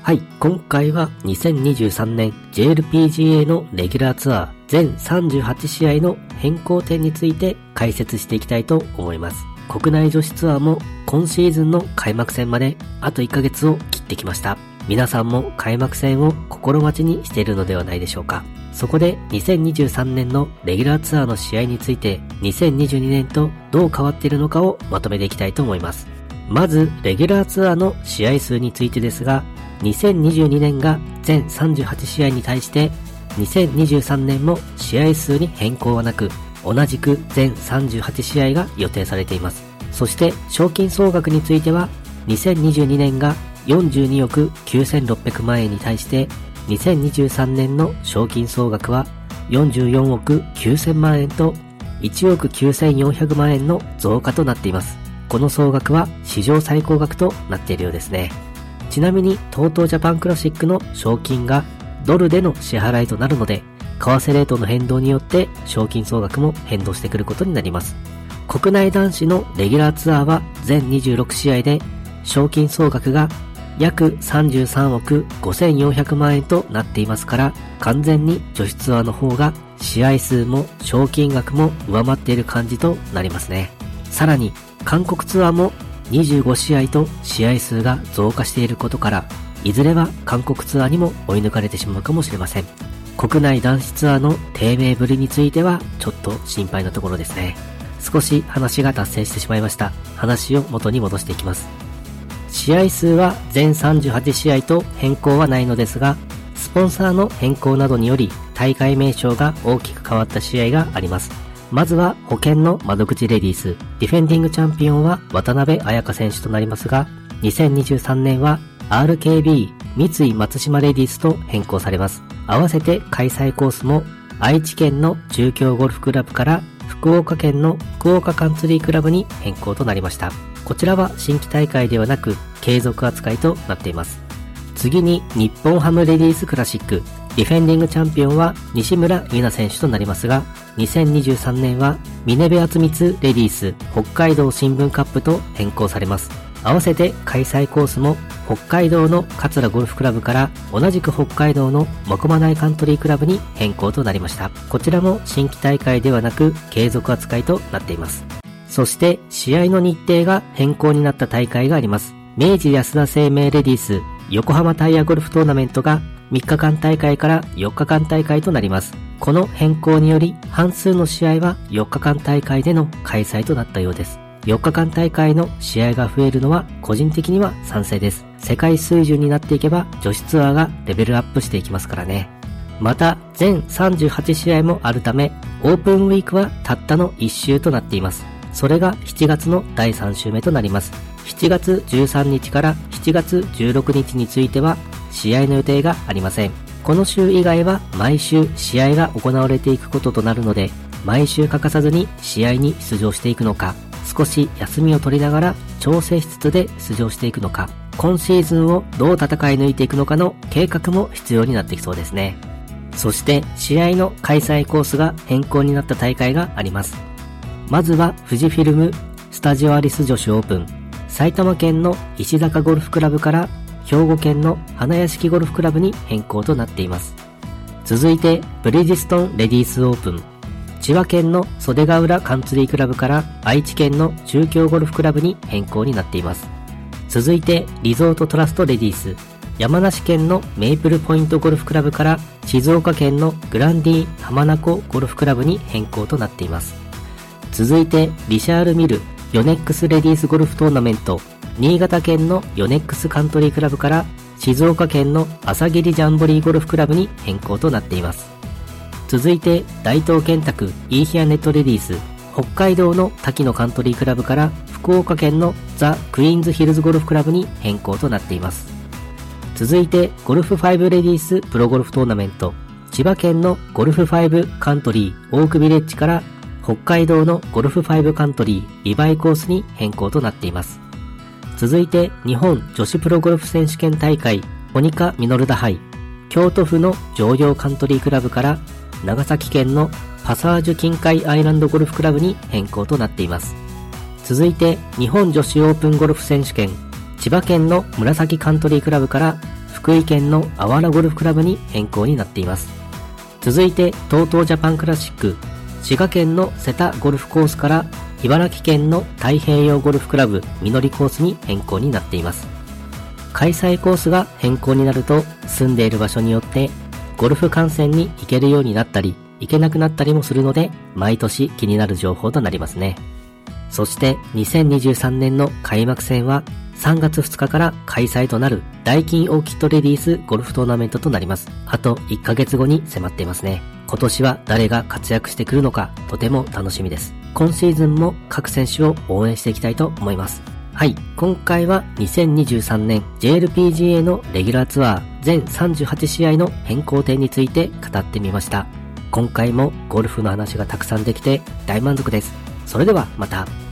はい、今回は2023年 JLPGA のレギュラーツアー全38試合の変更点について解説していきたいと思います。国内女子ツアーも今シーズンの開幕戦まであと1ヶ月を切ってきました。皆さんも開幕戦を心待ちにしているのではないでしょうか。そこで2023年のレギュラーツアーの試合について2022年とどう変わっているのかをまとめていきたいと思います。まずレギュラーツアーの試合数についてですが、2022年が全38試合に対して2023年も試合数に変更はなく、同じく全38試合が予定されています。そして賞金総額については2022年が42億9600万円に対して2023年の賞金総額は44億9000万円と1億9400万円の増加となっています。この総額は史上最高額となっているようですね。ちなみに TOTO ジャパンクラシックの賞金がドルでの支払いとなるので、為替レートの変動によって賞金総額も変動してくることになります。国内男子のレギュラーツアーは全26試合で賞金総額が約33億5400万円となっていますから、完全に女子ツアーの方が試合数も賞金額も上回っている感じとなりますね。さらに韓国ツアーも25試合と試合数が増加していることから、いずれは韓国ツアーにも追い抜かれてしまうかもしれません。国内男子ツアーの低迷ぶりについてはちょっと心配なところですね。少し話が脱線してしまいました。話を元に戻していきます。試合数は全38試合と変更はないのですが、スポンサーの変更などにより大会名称が大きく変わった試合があります。まずは保険の窓口レディース、ディフェンディングチャンピオンは渡辺彩香選手となりますが、2023年は RKB 三井松島レディースと変更されます。合わせて開催コースも愛知県の中京ゴルフクラブから福岡県の福岡カンツリークラブに変更となりました。こちらは新規大会ではなく継続扱いとなっています。次に日本ハムレディースクラシック、ディフェンディングチャンピオンは西村優菜選手となりますが、2023年は峰部敦光レディース北海道新聞カップと変更されます。合わせて開催コースも北海道の桂ゴルフクラブから同じく北海道の真駒内カントリークラブに変更となりました。こちらも新規大会ではなく継続扱いとなっています。そして試合の日程が変更になった大会があります。明治安田生命レディース横浜タイヤゴルフトーナメントが3日間大会から4日間大会となります。この変更により半数の試合は4日間大会での開催となったようです。4日間大会の試合が増えるのは個人的には賛成です。世界水準になっていけば女子ツアーがレベルアップしていきますからね。また全38試合もあるためオープンウィークはたったの1週となっています。それが7月の第3週目となります。7月13日から7月16日については試合の予定がありません。この週以外は毎週試合が行われていくこととなるので、毎週欠かさずに試合に出場していくのか、少し休みを取りながら調整しつつで出場していくのか、今シーズンをどう戦い抜いていくのかの計画も必要になってきそうですね。そして試合の開催コースが変更になった大会があります。まずは富士フィルムスタジオアリス女子オープン、埼玉県の石坂ゴルフクラブから兵庫県の花屋敷ゴルフクラブに変更となっています。続いてブリヂストンレディースオープン、千葉県の袖ヶ浦カンツリークラブから愛知県の中京ゴルフクラブに変更になっています。続いてリゾートトラストレディース、山梨県のメイプルポイントゴルフクラブから静岡県のグランディ浜名湖ゴルフクラブに変更となっています。続いてリシャールミルヨネックスレディースゴルフトーナメント、新潟県のヨネックスカントリークラブから静岡県の朝霧ジャンボリーゴルフクラブに変更となっています。続いて大東建託イーヒアネットレディース、北海道の滝野カントリークラブから福岡県のザ・クイーンズヒルズゴルフクラブに変更となっています。続いてゴルフ5レディースプロゴルフトーナメント、千葉県のゴルフ5カントリーオークビレッジから北海道のゴルフ5カントリーリバイコースに変更となっています。続いて日本女子プロゴルフ選手権大会モニカミノルダ杯、京都府の城陽カントリークラブから長崎県のパサージュ近海アイランドゴルフクラブに変更となっています。続いて日本女子オープンゴルフ選手権千葉県の紫カントリークラブから福井県のあわらゴルフクラブに変更になっています。続いて TOTO ジャパンクラシック、滋賀県の瀬田ゴルフコースから茨城県の太平洋ゴルフクラブみのりコースに変更になっています。開催コースが変更になると、住んでいる場所によってゴルフ観戦に行けるようになったり行けなくなったりもするので、毎年気になる情報となりますね。そして2023年の開幕戦は3月2日から開催となるダイキンオーキッドレディースゴルフトーナメントとなります。あと1ヶ月後に迫っていますね。今年は誰が活躍してくるのかとても楽しみです。今シーズンも各選手を応援していきたいと思います。はい、今回は2023年 JLPGA のレギュラーツアー全38試合の変更点について語ってみました。今回もゴルフの話がたくさんできて大満足です。それではまた。